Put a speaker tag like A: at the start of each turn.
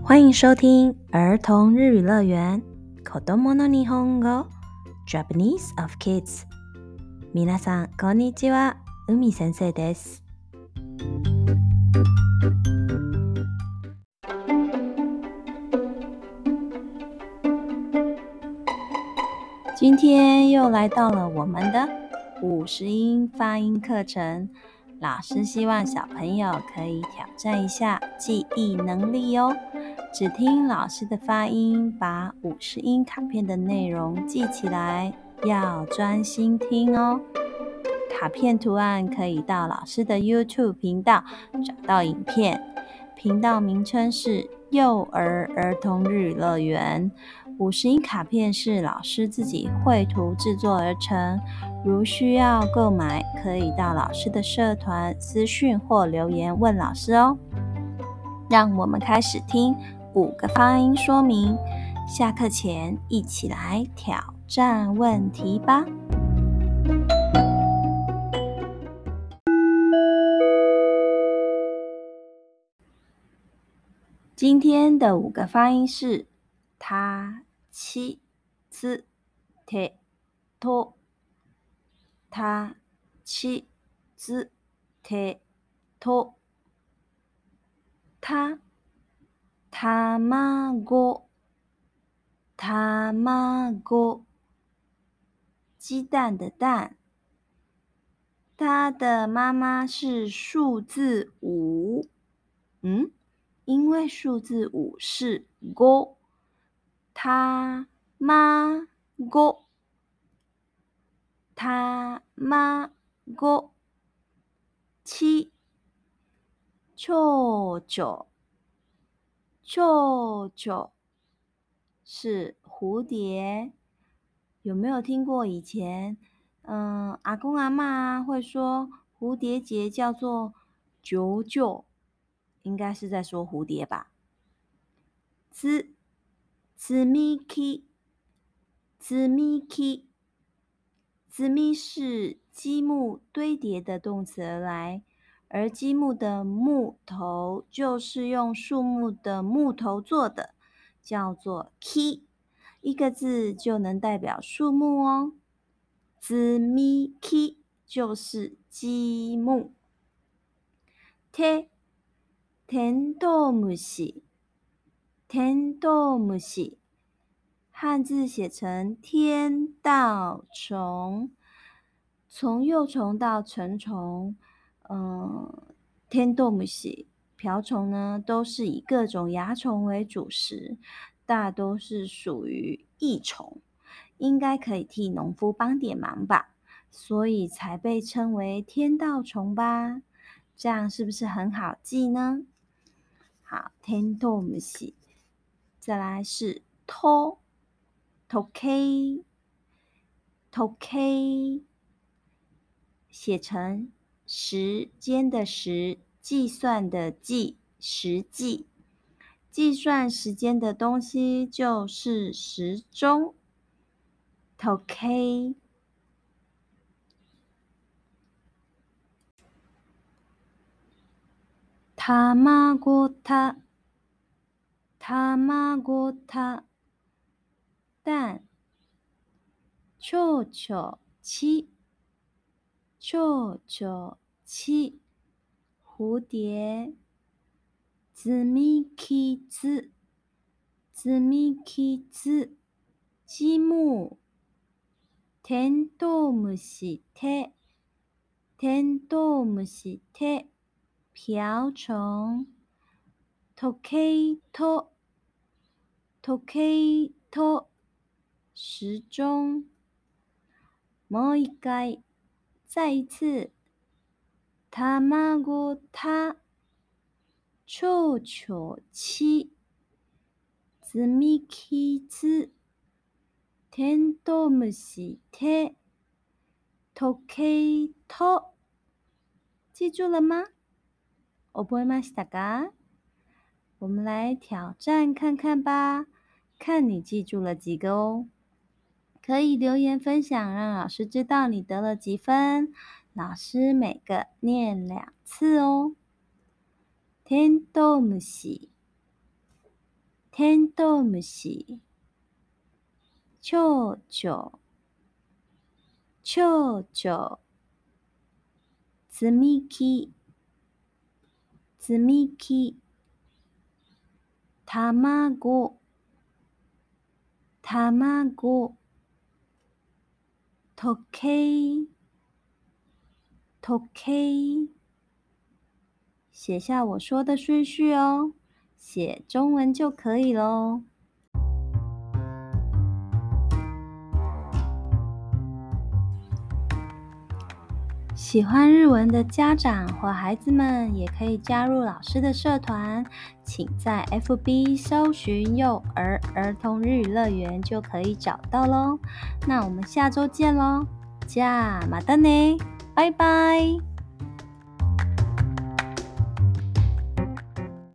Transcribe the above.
A: 欢迎收听儿童日语乐园 Kodomo no Nihongo Japanese of Kids。皆さんこんにちは、海先生です。今天又来到了我们的50音发音课程，老师希望小朋友可以挑战一下记忆能力哦。只听老师的发音，把50音卡片的内容记起来，要专心听哦。卡片图案可以到老师的 YouTube 频道找到影片，频道名称是幼儿儿童日语乐园。50音卡片是老师自己绘图制作而成，如需要购买，可以到老师的社团私讯或留言问老师哦。让我们开始听5个发音说明，下课前一起来挑战问题吧。今天的5个发音是他、ち、つ、て、と。他、ち、つ、て、と。他、たまご、たまご。鸡蛋的蛋。他的妈妈是数字5。因为数字5是5。たまご、たまご。ち、ちょち是蝴蝶。有没有听过以前阿公阿嬷会说蝴蝶结叫做九九，应该是在说蝴蝶吧。つみきつみ是积木堆叠的动词而来，而积木的木头就是用树木的木头做的，叫做木。一个字就能代表树木哦。つみき就是积木。て、テントウムシ汉字写成天道虫，从幼虫到成虫，天斗母系瓢虫呢，都是以各种蚜虫为主食，大多是属于益虫，应该可以替农夫帮点忙吧，所以才被称为天道虫吧。这样是不是很好记呢？好，天斗母系，再来是偷。時計写成时间的时，计算的计，时计。计算时间的东西就是时钟。時計。卵蛋。ちょち蝴蝶。つみきつ积木。テントウムシ手瓢虫。時計と时钟。もう一回，再一次。卵たちょちつみきつテントウムシ手時計と。记住了吗？覚えましたか？我们来挑战看看吧，看你记住了几个哦。可以留言分享，让老师知道你得了几分。老师每个念2次哦。テントウムシ。 テントウムシ、蝶々、蝶々、積み木、積み木、卵、卵、時計、時計。写下我说的顺序哦，写中文就可以咯。喜欢日文的家长或孩子们也可以加入老师的社团，请在 FB 搜寻幼儿儿童日语乐园就可以找到咯。那我们下周见咯，じゃあまたね，拜拜。